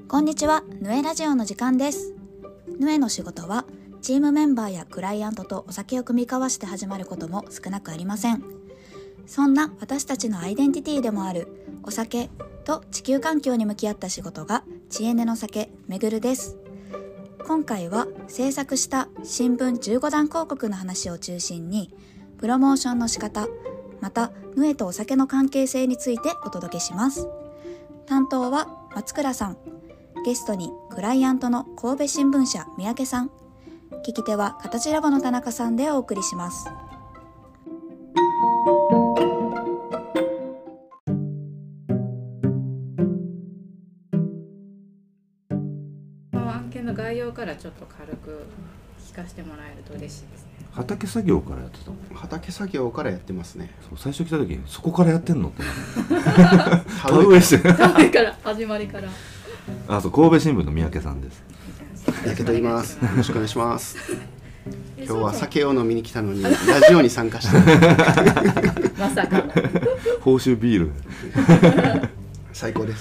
こんにちは、ヌエラジオの時間です。ヌエの仕事はチームメンバーやクライアントとお酒を酌み交わして始まることも少なくありません。そんな私たちのアイデンティティでもあるお酒と地球環境に向き合った仕事がチエネの酒めぐるです。今回は制作した新聞15段広告の話を中心にプロモーションの仕方、またヌエとお酒の関係性についてお届けします。担当は松倉さん、ゲストにクライアントの神戸新聞社三宅さん、聞き手は形ラボの田中さんでお送りします。 この案件の概要からちょっと軽く聞かせてもらえると嬉しいですね。 畑作業からやってたの？ 畑作業からやってますね。 そう、最初来た時そこからやってんのって田植えして田植えから始まりから。 あ、そう、神戸新聞の三宅さんです。 三宅と言います。よろしくお願いします。今日は酒を飲みに来たのにラジオに参加してまさか報酬ビール最高です。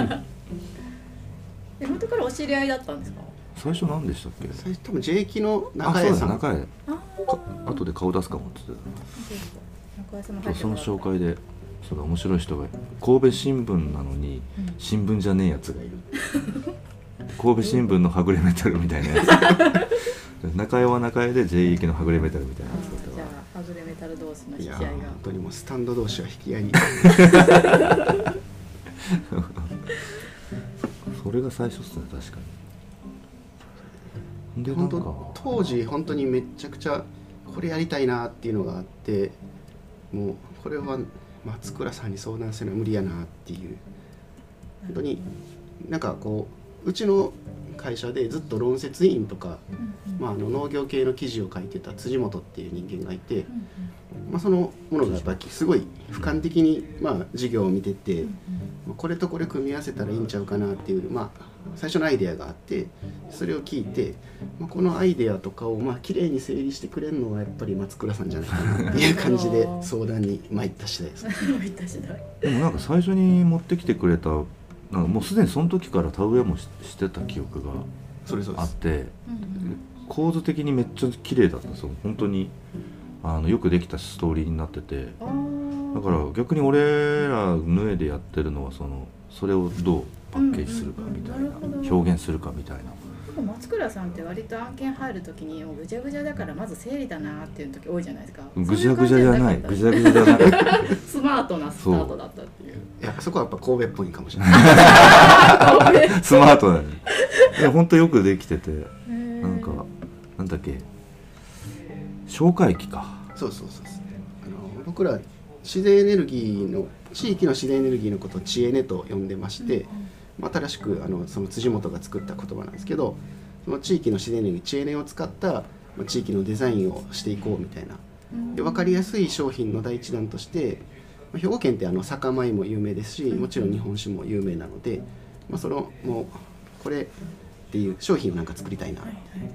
元からお知り合いだったんですか？ 最初何でしたっけ？ 最初多分 J キの中江さん。 中江。後で顔出すかもって言ってた。その紹介で、その面白い人が神戸新聞なのに新聞じゃねえやつがいる。神戸新聞のはぐれメタルみたいなやつ。中江は中江で J キのはぐれメタルみたいなやつだった。 じゃあはぐれメタル同士の引き合いが。 いや本当にもうスタンド同士は引き合い。 それが最初っすね、確かに。で、 本当当時本当にめちゃくちゃこれやりたいなっていうのがあって、もうこれは松倉さんに相談するのは無理やなっていう、本当になんかこううちの会社でずっと論説委員とか、農業系の記事を書いてた辻本っていう人間がいて、そのものがやっぱりすごい俯瞰的に授業を見てて、これとこれ組み合わせたらいいんちゃうかなっていう、最初のアイデアがあって、それを聞いて、このアイデアとかをきれいに整理してくれるのはやっぱり松倉さんじゃないかなっていう感じで相談に参った次第です。 でもなんか最初に持ってきてくれた、なんかもうすでにその時から田植えもしてた記憶があって、構図的にめっちゃ綺麗だったんですよ。本当によくできたストーリーになってて、だから逆に俺らヌエでやってるのはそれをどうパッケージするかみたいな、表現するかみたいな。 松倉さんって割と案件入るときにぐちゃぐちゃだからまず整理だなっていう時多いじゃないですか。 ぐちゃぐちゃじゃない、ぐちゃぐちゃじゃないスマートなスタートだったっていう。 いや、そこはやっぱ神戸っぽいかもしれないスマートだね。いや本当よくできてて、なんだっけ、消化液か。 そう僕ら自然エネルギーの地域の自然エネルギーのことをチエネと呼んでまして、新しくその辻本が作った言葉なんですけど、その地域の自然エネルギーチエネを使った地域のデザインをしていこうみたいな、で分かりやすい商品の第一弾として、兵庫県って酒米も有名ですし、もちろん日本酒も有名なので、もうこれっていう商品をなんか作りたいな、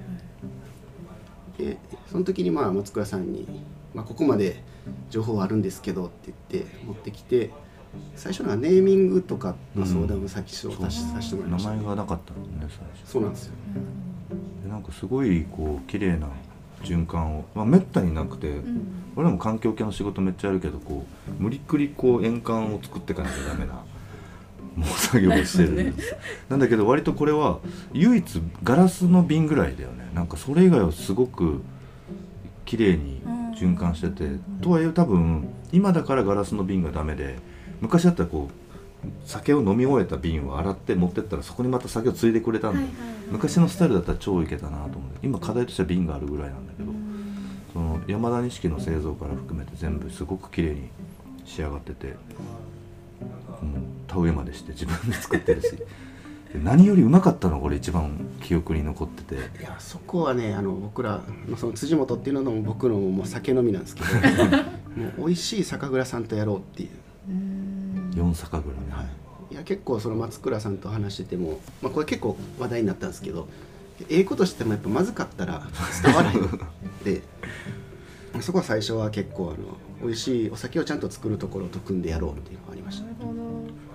でその時に松倉さんに、ここまで情報あるんですけどって言って持ってきて、最初のはネーミングとかの相談をさせてもらいました。 名前がなかったのね、最初。 そうなんですよ。 でなんかすごいこう綺麗な循環を、めったになくて、俺も環境系の仕事めっちゃやるけど、こう無理くりこう円環を作っていかなきゃダメなもう作業をしてるなんだけど、割とこれは唯一ガラスの瓶ぐらいだよね。なんかそれ以外はすごく綺麗に循環してて、とはいえ多分今だからガラスの瓶がダメで、昔だったらこう酒を飲み終えた瓶を洗って持ってったらそこにまた酒をついでくれたんで、昔のスタイルだったら超いけたなと思って、今課題としては瓶があるぐらいなんだけど、その山田錦の製造から含めて全部すごく綺麗に仕上がってて、もう田植えまでして自分で作ってるし何よりうまかったのがこれ一番記憶に残ってて、 いやそこはね、僕らのその辻本っていうのも僕のもう酒飲みなんですけどもう美味しい酒蔵さんとやろうっていう、 4酒蔵ね、 いや結構その松倉さんと話してても、これ結構話題になったんですけど、ことしてもやっぱまずかったら伝わらないでそこは最初は結構美味しいお酒をちゃんと作るところと組んでやろうっていうのがありました。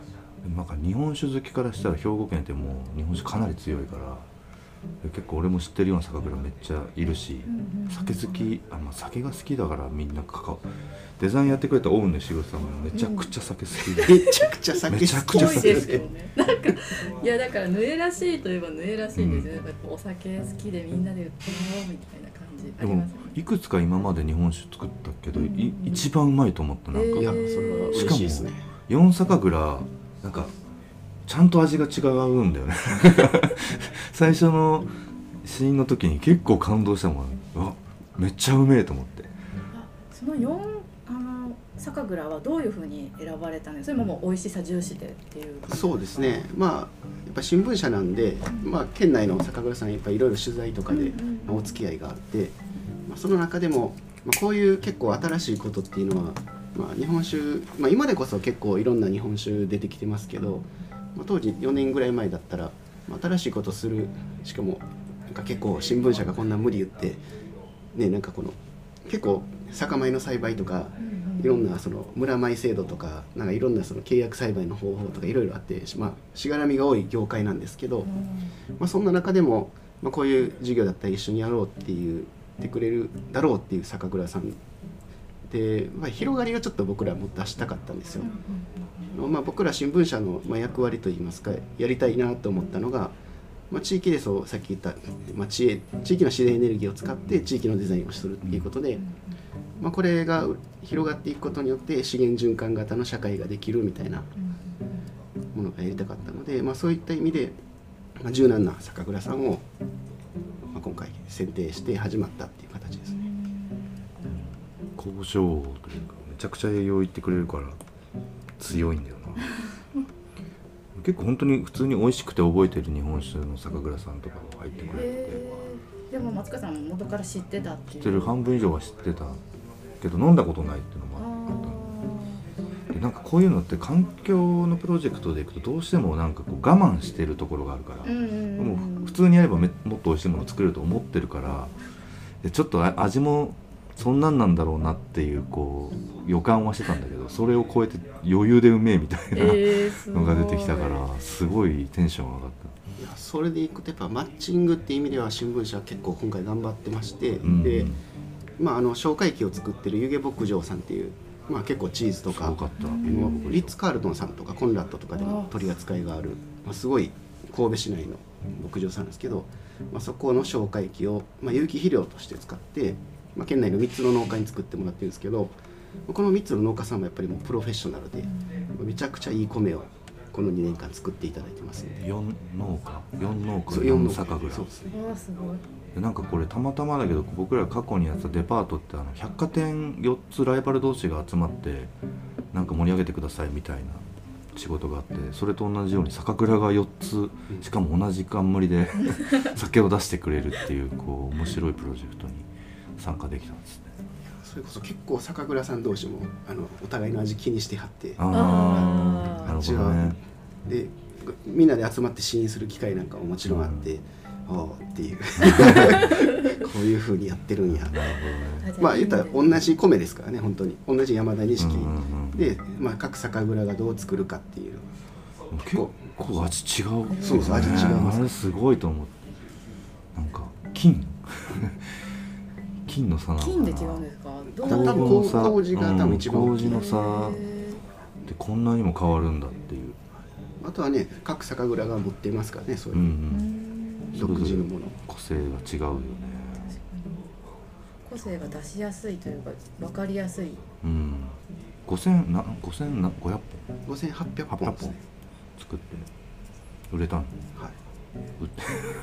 なんか日本酒好きからしたら兵庫県ってもう日本酒かなり強いから、結構俺も知ってるような酒蔵めっちゃいるし、酒好き、酒が好きだからみんなデザインやってくれたオウンの仕事さんもめちゃくちゃ酒好きで、 めちゃくちゃ酒好きめちゃくちゃ多いですよね。なんかいやだからヌエらしいといえばヌエらしいんですよ、やっぱお酒好きでみんなで売ってもらおうみたいな感じあでもりますよね。 いくつか今まで日本酒作ったけど、一番うまいと思った。なんか、 いやそれは嬉しいですね。 4酒蔵なんかちゃんと味が違うんだよね最初の試飲の時に結構感動したもん。めっちゃうめえと思って。 その4酒蔵はどういうふうに選ばれたんですか。それももう美味しさ重視でっていう。 そうですね、まあやっぱ新聞社なんで、まあ、県内の酒蔵さんいっぱいいろいろ取材とかでお付き合いがあって、まあ、その中でも、まあ、こういう結構新しいことっていうのは、まあ、日本酒、まあ、今でこそ結構いろんな日本酒出てきてますけど、まあ、当時4年ぐらい前だったら、まあ、新しいことする、しかもなんか結構新聞社がこんな無理言ってね、なんかこの結構酒米の栽培とかいろんなその村米制度とかなんかいろんなその契約栽培の方法とかいろいろあって、まあ、しがらみが多い業界なんですけど、まあ、そんな中でも、まあ、こういう事業だったら一緒にやろうって言ってくれるだろうっていう酒蔵さんで、まあ、広がりをちょっと僕らも出したかったんですよ。まあ、僕ら新聞社の役割といいますかやりたいなと思ったのが、まあ、地域でそうさっき言った、まあ、地域の自然エネルギーを使って地域のデザインをするっていうことで、まあ、これが広がっていくことによって資源循環型の社会ができるみたいなものがやりたかったので、まあ、そういった意味で、まあ、柔軟な酒蔵さんを、まあ、今回選定して始まったっていう形ですね。 交渉というかめちゃくちゃ営業行ってくれるから強いんだよな結構本当に普通に美味しくて覚えてる日本酒の酒蔵さんとかが入ってくれて、 でも松川さんも元から知ってたっていう。 知ってる半分以上は知ってたけど飲んだことないっていうのもあったで、なんかこういうのって環境のプロジェクトでいくとどうしてもなんかこう我慢してるところがあるから、もう普通にやればもっと美味しいものを作れると思ってるから、でちょっと味もそんなんなんだろうなっていうこう予感はしてたんだけど、それを超えて余裕でうめえみたいなのが出てきたからすごいテンション上がった。 いやそれでいくとやっぱマッチングっていう意味では新聞社は結構今回頑張ってまして、で、まあ、紹介機を作ってる湯気牧場さんっていう、まあ、結構チーズとかリッツ・カールトンさんとかコンラッドとかでも取り扱いがある、まあ、すごい神戸市内の牧場さんですけど、まあ、そこの紹介機を、まあ、有機肥料として使って、まあ、県内の3つの農家に作ってもらってるんですけど、この3つの農家さんもやっぱりもうプロフェッショナルで、めちゃくちゃいい米をこの2年間作っていただいてますので。 4農家4酒蔵。 そうですね。 すごい。 でなんかこれたまたまだけど僕ら過去にやったデパートって百貨店4つライバル同士が集まってなんか盛り上げてくださいみたいな仕事があって、それと同じように酒蔵が4つしかも同じ冠で酒を出してくれるっていうこう面白いプロジェクトに参加できたんですね。 それこそ結構酒蔵さん同士もお互いの味気にしてはって、 なるほどね。 でみんなで集まって試飲する機会なんかももちろんあって、おーっていうこういう風にやってるんや。まあ言ったら同じ米ですからね、本当に同じ山田錦で、まあ、各酒蔵がどう作るかっていう結構味違う。 そうです、味違います。 あれすごいと思う。なんか金の差なのかな。 金で違うんですか。 多分麹が多分一番大きい。 麹の差でこんなにも変わるんだっていう。 あとはね、各酒蔵が持っていますからね、そういう独自のもの。 個性が違うよね。 個性が出しやすいというか分かりやすい。 5800本ですね。 作って売れたの。 はい。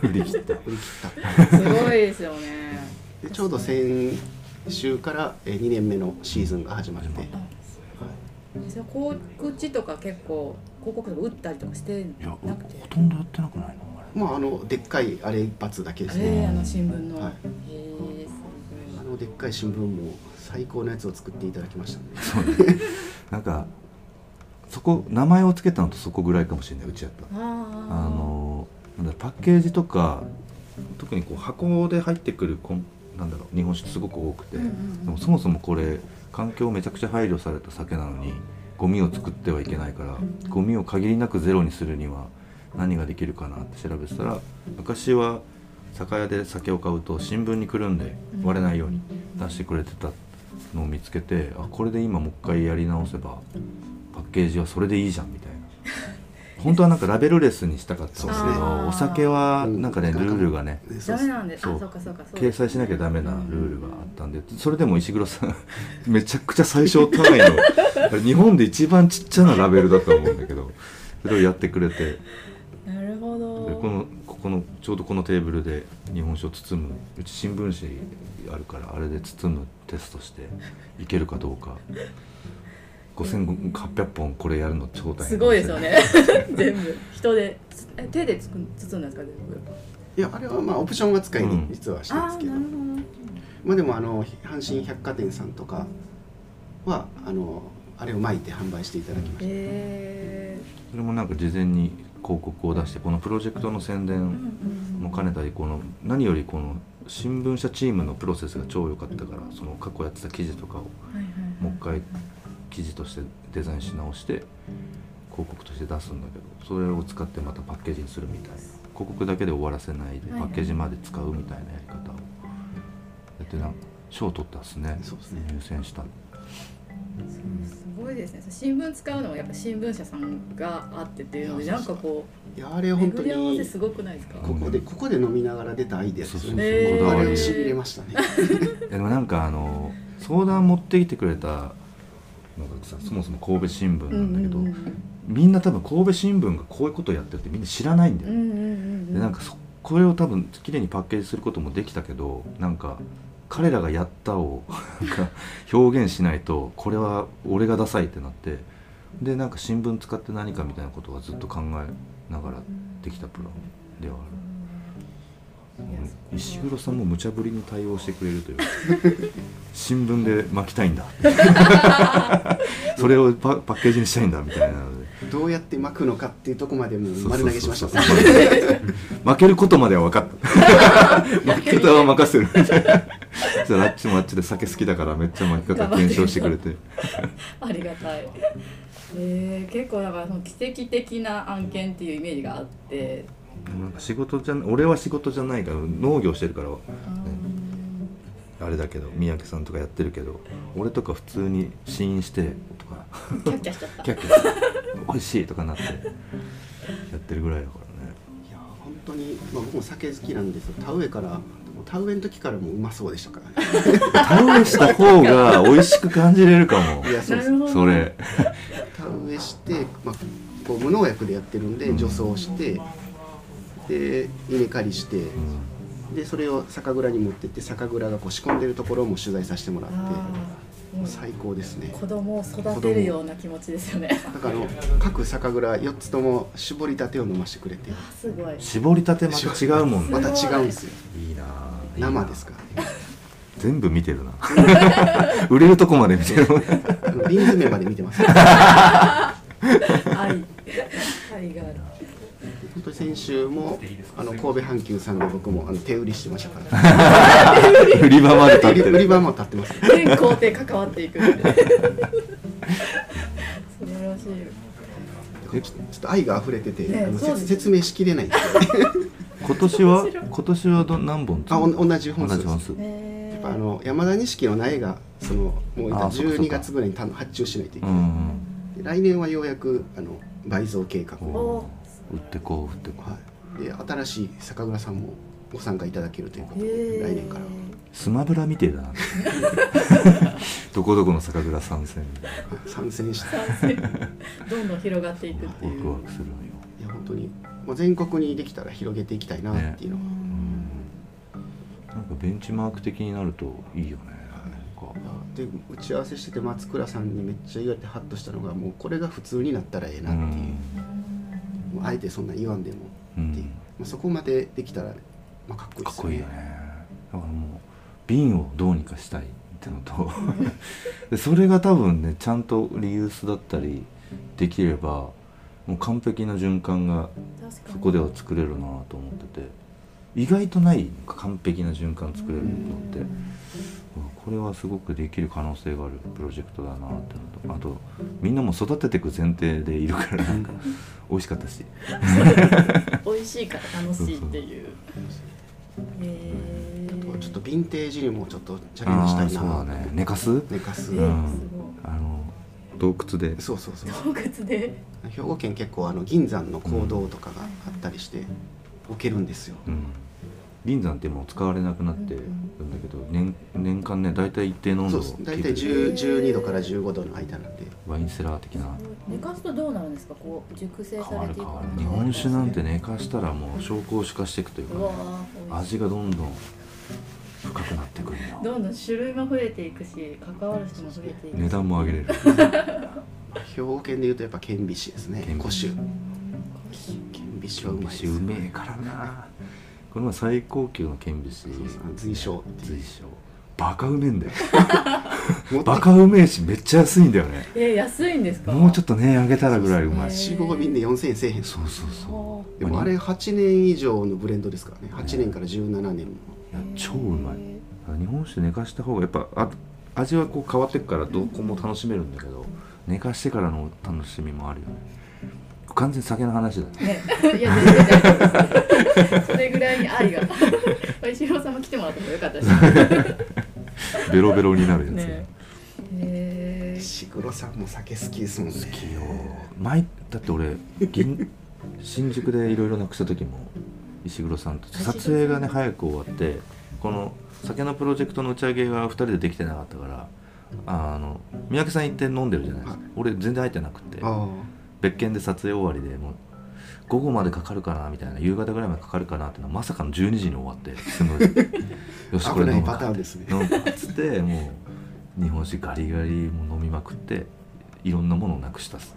売り切った。 すごいですよね。 でちょうど先週から2年目のシーズンが始まって。 告知とか結構広告とか打ったりとかしてなくて。 ほとんどやってなくないの？ まあでっかいあれ一発だけですね。 新聞の。 はい。でっかい新聞も最高のやつを作っていただきましたね。 そうね。なんかそこ名前をつけたのとそこぐらいかもしれない。うちやった。なんだパッケージとか特にこう箱で入ってくるなんだろう日本酒すごく多くて、でもそもそもこれ環境めちゃくちゃ配慮された酒なのにゴミを作ってはいけないから、ゴミを限りなくゼロにするには何ができるかなって調べてたら、昔は酒屋で酒を買うと新聞にくるんで割れないように出してくれてたのを見つけて、あ、これで今もう一回やり直せばパッケージはそれでいいじゃんみたいな。本当はなんかラベルレスにしたかったんですけど、お酒はなんかね、ルールがね、 ダメなんで、あ、 そうそうかそうか、そう掲載しなきゃダメなルールがあったんで、それでも石黒さんめちゃくちゃ最小単位のあれ日本で一番ちっちゃなラベルだと思うんだけど、それをやってくれて、 なるほど。 でここのちょうどこのテーブルで日本酒を包む、うち新聞紙あるからあれで包むテストしていけるかどうか、5800本これやるの超大変。 すごいですよね全部人で手で包んだんですかね。 いや、あれはまあオプション扱いに実はしてるんですけど、 あー、なるほど。 まあでも阪神百貨店さんとかはあれを巻いて販売していただきました。 それもなんか事前に広告を出して、このプロジェクトの宣伝も兼ねたり、何よりこの新聞社チームのプロセスが超良かったから、その過去やってた記事とかをもう一回記事としてデザインし直して広告として出すんだけど、それを使ってまたパッケージにするみたいな、広告だけで終わらせないでパッケージまで使うみたいなやり方をやって、なんか賞を取ったんですね。 そうですね、 入選した。 すごいですね。新聞使うのはやっぱ新聞社さんがあってっていうので、なんかこいや、あれ本当巡り合わせにすごくないですか。 ここで飲みながら出たアイデアですよね。 そうそうあれをしびれましたねでもなんか相談持ってきてくれたのがさ、そもそも神戸新聞なんだけど、みんな多分神戸新聞がこういうことをやってるってみんな知らないんだよ、でなんかこれを多分きれいにパッケージすることもできたけど、なんか彼らがやったをなんか表現しないと、これは俺がダサいってなって、でなんか新聞使って何かみたいなことはずっと考えながらできたプランではある。石黒さんも無茶ぶりに対応してくれるというか新聞で巻きたいんだそれをパッケージにしたいんだみたいなので、 どうやって巻くのかっていうところまでもう丸投げしました。 負けることまでは分かった巻き方は任せるみたいなじゃああっちもあっちで酒好きだからめっちゃ巻き方検証してくれてありがたい。結構だからその奇跡的な案件っていうイメージがあって、 なんか俺は仕事じゃないから農業してるから、ね、あれだけど三宅さんとかやってるけど、俺とか普通に試飲してとかキャッキャしちゃった。 キャッキャ美味しいとかなってやってるぐらいだからね。 いや本当に、僕も酒好きなんですよ。田植えの時からもうまそうでしたからね田植えした方が美味しく感じれるかも。 いや、そうです。 それ田植えして、こう無農薬でやってるんで除草して、で稲刈りして、でそれを酒蔵に持ってって酒蔵がこう仕込んでるところも取材させてもらって、もう最高ですね。 子供を育てるような気持ちですよね。 だから各酒蔵4つとも搾りたてを飲ませてくれて、 すごい。 絞りたてまた違うもんね。 また違うんですよ。 いいな、 生ですからね。 全部見てるな売れるとこまで見てる瓶詰めまで見てます愛がある。 本当に先週も神戸阪急さんで僕も手売りしてましたから売り場まで立ってる。 売り場も立ってます。 全工程関わっていく素晴らしい。 ちょっと愛が溢れてて、説明しきれないんですよね今年は何本同じ本数です。やっぱ山田錦の苗がもう12月ぐらいに発注しないといけない。来年はようやく倍増計画を売ってこう、で新しい酒蔵さんもご参加いただけるということで、来年からスマブラみてえだなどこどこの酒蔵参戦してどんどん広がっていくっていう。 ワクワクするのよ。 いや本当に、全国にできたら広げていきたいなっていうのは、 なんかベンチマーク的になるといいよね。 で打ち合わせしてて松倉さんにめっちゃ言われてハッとしたのが、もうこれが普通になったらええなっていう、もうあえてそんな言わんでもっていう、そこまでできたら、かっこいいですね。 かっこいいよね。だからもう瓶をどうにかしたいってのとでそれが多分ね、ちゃんとリユースだったりできればもう完璧な循環がそこでは作れるなと思ってて、 意外とない完璧な循環作れるのって、これはすごくできる可能性があるプロジェクトだなってのと、あとみんなも育てていく前提でいるからなんか美味しかったし美味しいから楽しいっていう。 ちょっとヴィンテージにもちょっとチャレンジしたいな。 そうだね、寝かす、 寝かす、 すごい洞窟で、 そうそうそう、 洞窟で兵庫県結構銀山の坑道とかがあったりして置けるんですよ。 銀山ってもう使われなくなってるんだけど、年間ね大体一定の温度をキープ大体12度から15度の間なんで、 ワインセラー的な。 寝かすとどうなるんですか？こう熟成されていく。 日本酒なんて寝かしたらもう紹興酒化していくというか、味がどんどん深くなってくるよ。 どんどん種類も増えていくし、関わる人も増えていくし、 値段も上げれる兵庫県でいうとやっぱ顕微酒ですね。古酒、顕微酒はうまいです。 うめえからな。この前最高級の顕微酒、 随称、 バカうめえんだよバカうめえしめっちゃ安いんだよね。 安いんですか？ もうちょっとね上げたらぐらいうまい。 4、5瓶で4000円せえへん。 そうそうそう。 でもあれ8年以上のブレンドですからね。8年から17年も。 超うまい。日本酒寝かした方がやっぱ味はこう変わっていくからどこも楽しめるんだけど、寝かしてからの楽しみもあるよね。完全に酒の話だね。 いや全然大丈夫です。それぐらいに愛が。石黒さんも来てもらってもよかったし。 ベロベロになるやつ。 ね、 石黒さんも酒好きですもんね。 好きよ。だって俺新宿でいろいろなくした時も石黒さんと撮影がね早く終わって、この酒のプロジェクトの打ち上げが2人でできてなかったから、三宅さん行って飲んでるじゃないですか。俺全然入ってなくて、別件で撮影終わりでもう午後までかかるかなみたいな、夕方ぐらいまでかかるかなってのはまさかの12時に終わって、すぐよしこれ飲むかっつってもう日本酒ガリガリも飲みまくっていろんなものをなくしたっす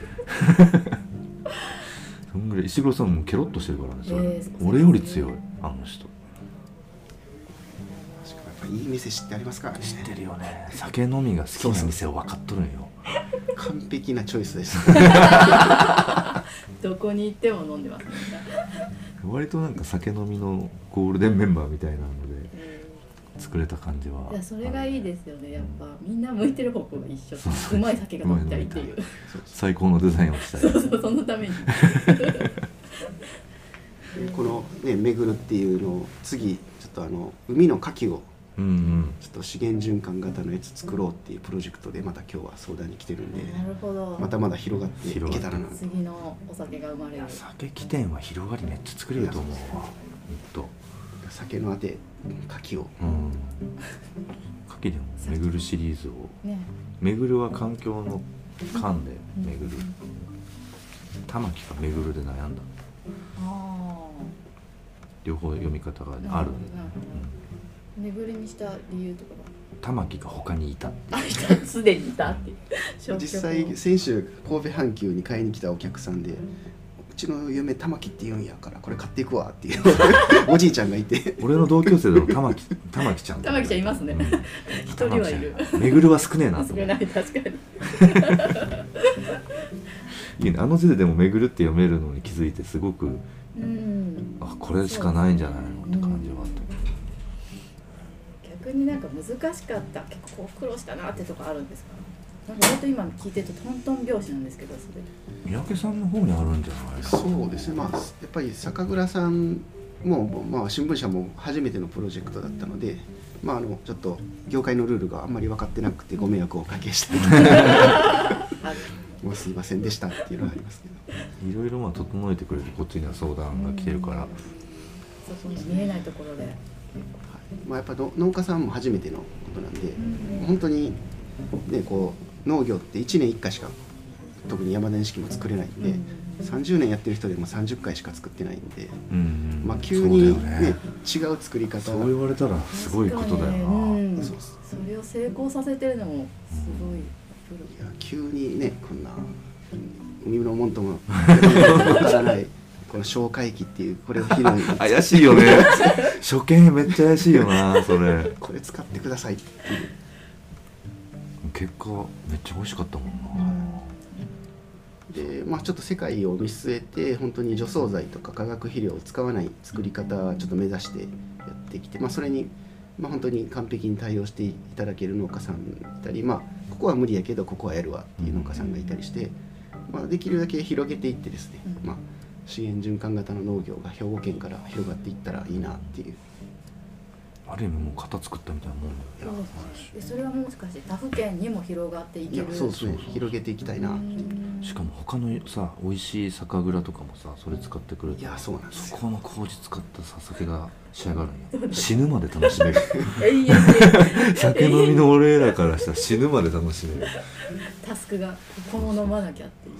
そんぐらい石黒さんもケロッとしてるからね、俺より強いあの人。 いい店知ってありますからね。 知ってるよね。酒飲みが好きな店を分かっとるんよ。 完璧なチョイスですどこに行っても飲んでますね。 割となんか酒飲みのゴールデンメンバーみたいなので作れた感じは。 いやそれがいいですよね。やっぱみんな向いてる方向が一緒。うまい酒が飲みたいっていう。 最高のデザインをしたい。 そうそのために。 このねめぐるっていうのを次ちょっと海の牡蠣をちょっと資源循環型のやつ作ろうっていうプロジェクトでまた今日は相談に来てるんで、 なるほど、 まだまだ広がっていけたらな。 次のお酒が生まれる。 酒起点は広がりめっちゃ作れると思うわ。 酒のあて牡蠣を、 牡蠣でもめぐるシリーズを、めぐるは環境の環でめぐる、玉木かめぐるで悩んだ。両方読み方がある。 めぐりにした理由とかは玉木が他にいた。 すでにいたって実際先週神戸阪急に買いに来たお客さんで、うちの嫁玉木って言うんやからこれ買っていくわっていうおじいちゃんがいて、 俺の同級生でも玉木ちゃん玉木ちゃんいますね。一人はいる。 めぐるは少ねえなと思って。 少ない、確かに。 いいね、あの字ででもめぐるって読めるのに気づいてすごく、これしかないんじゃないのって感じはあった。 逆になんか難しかった、結構苦労したなってとこあるんですか？なんか割と今聞いてるとトントン拍子なんですけど、それ三宅さんの方にあるんじゃないか。 そうですね、やっぱり酒蔵さんも、新聞社も初めてのプロジェクトだったので、ちょっと業界のルールがあんまり分かってなくてご迷惑をおかけしたもうすいませんでしたっていうのはありますけど、いろいろ整えてくれてこっちには相談が来てるから、 そこに見えないところで、 やっぱ農家さんも初めてのことなんで、本当にねこう農業って1年1回しか特に山田錦も作れないんで、30年やってる人でも30回しか作ってないんで、急にね違う作り方、 そう言われたらすごいことだよな。 それを成功させてるのもすごい。 いや急にねこんな海のもんともわからないこの消化液っていうこれを肥料に怪しいよね初見めっちゃ怪しいよなそれ。 これ使ってくださいっていう結果めっちゃ美味しかったもんな。 で、まあ、ちょっと世界を見据えて本当に除草剤とか化学肥料を使わない作り方をちょっと目指してやってきて、まあ、それに、まあ、本当に完璧に対応していただける農家さんいたり、まあ、ここは無理やけどここはやるわっていう農家さんがいたりして、まあ、できるだけ広げていってですね、まあ、資源循環型の農業が兵庫県から広がっていったらいいなっていう。 ある意味もう型作ったみたいなもんだよ。 でそれはもしかして他府県にも広がっていける。 そうですね、広げていきたいなっていう。 しかも他のさ美味しい酒蔵とかもさそれ使ってくれて、 いやそうなんですよ。 そこの麹使ったさ酒が仕上がるんよ。死ぬまで楽しめる酒飲みの俺らからしたら死ぬまで楽しめる。 タスクがここも飲まなきゃっていう。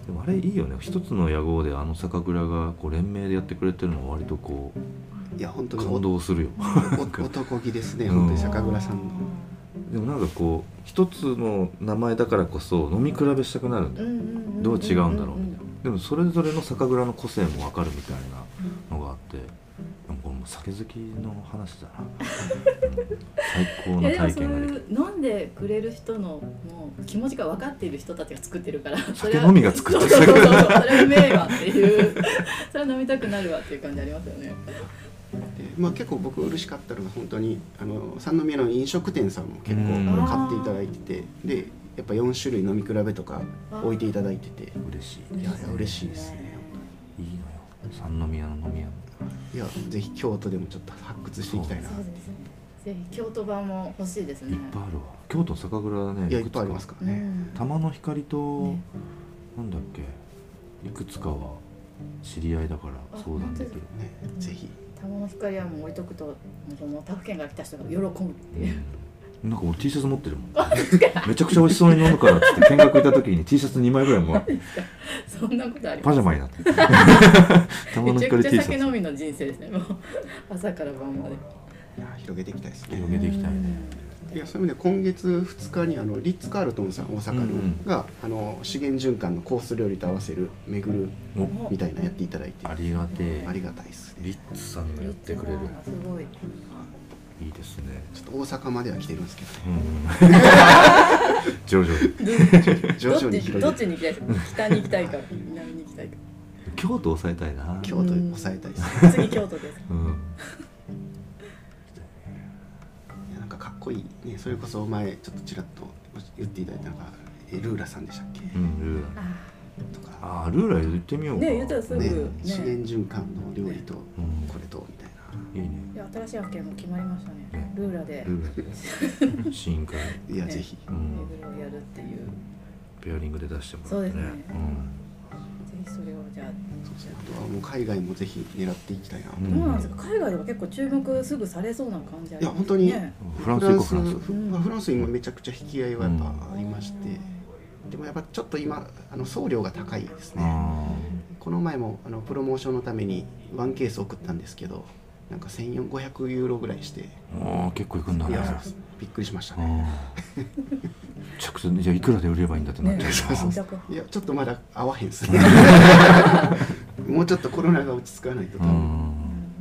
でもあれいいよね。一つの屋号であの酒蔵がこう連名でやってくれてるのは割とこういや本当に感動するよ。 男気ですね、本当に酒蔵さんの。 でもなんかこう一つの名前だからこそ飲み比べしたくなるんだよ。どう違うんだろうみたいな。でもそれぞれの酒蔵の個性も分かるみたいなのがあって、でもこれもう酒好きの話だな。最高の体験ができる。 飲んでくれる人のもう気持ちが分かっている人たちが作ってるから、 酒飲みが作ってる。 それはうめえわっていうそれは飲みたくなるわっていう感じありますよね。 でまあ、結構僕嬉しかったのが本当に三宮の飲食店さんも結構買っていただいてて、でやっぱ4種類飲み比べとか置いていただいてて嬉しい。 いや嬉しいですね。 いいのよ三宮の飲み屋。 いやぜひ京都でもちょっと発掘していきたいな。 そうですね。ぜひ京都版も欲しいですね。 いっぱいあるわ。京都酒蔵ね。 いやいっぱいありますからね。 玉の光と、なんだっけいくつかは知り合いだから相談できるね。ぜひ。 玉の光はもう置いとくとその他府県から来た人が喜ぶっていう。 なんか俺 T シャツ持ってるもん。めちゃくちゃ美味しそうに飲むからっつって見学行った時に T シャツ2枚ぐらいもらってそんなことあります。 パジャマになって玉の光 T シャツ。 めちゃくちゃ酒飲みの人生ですね。もう朝から晩まで。 いや広げていきたいですね。 広げていきたいね。 いやそういう意味で今月2日にリッツ・カールトンさん大阪のが資源循環のコース料理と合わせる巡るみたいなやっていただいて、 ありがてえ。 ありがたいですね。 リッツさんがやってくれる。 すごい。 いいですね。 ちょっと大阪までは来てるんですけどね。 徐々に徐々に広げて。 どっちに行きたいですか。北に行きたいか南に行きたいか。 京都抑えたいな。 京都抑えたいですね。 次京都です。 なんかかっこいいね。それこそ前ちょっとちらっと言っていただいたのがルーラさんでしたっけ。 ルーラとか。ルーラ言ってみようか。 ね言ったらすぐね。 資源循環の料理とこれとみたいな。 いいね。 いや新しい案件も決まりましたね。ルーラで。 試飲会。 いやぜひ。 巡るをやるっていう。 ペアリングで出してもらってね。 そうですね。ぜひそれをじゃあ。 そうですね。あとはもう海外もぜひ狙っていきたいな。 そうなんですか。海外では結構注目すぐされそうな感じありますね。 いや本当にフランス行こう。 フランス今めちゃくちゃ引き合いはやっぱありまして、でもやっぱちょっと今送料が高いですね。この前もプロモーションのためにワンケース送ったんですけど、なんか1400ユーロぐらいして、 結構いくんだね。 びっくりしましたね。 ちゃくちゃじゃあいくらで売ればいいんだってなっちゃう。いやちょっとまだ合わへんですね。もうちょっとコロナが落ち着かないと多分。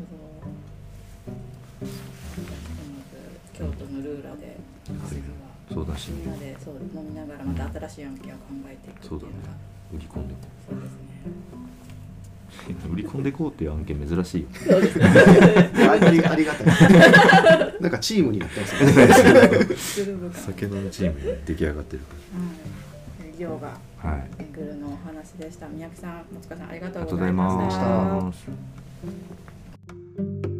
京都のルーラでそうだし、 みんなでそう飲みながらまた新しい案件を考えていくっていうのが、 売り込んでこう。そうですね。 売り込んでこうっていう案件珍しいよ。 そうですね。 ありがたい。なんかチームになってますね。 酒飲みチームに出来上がってるから。量が巡るのお話でした。三宅さん、松川さんありがとうら。ありがとうございます。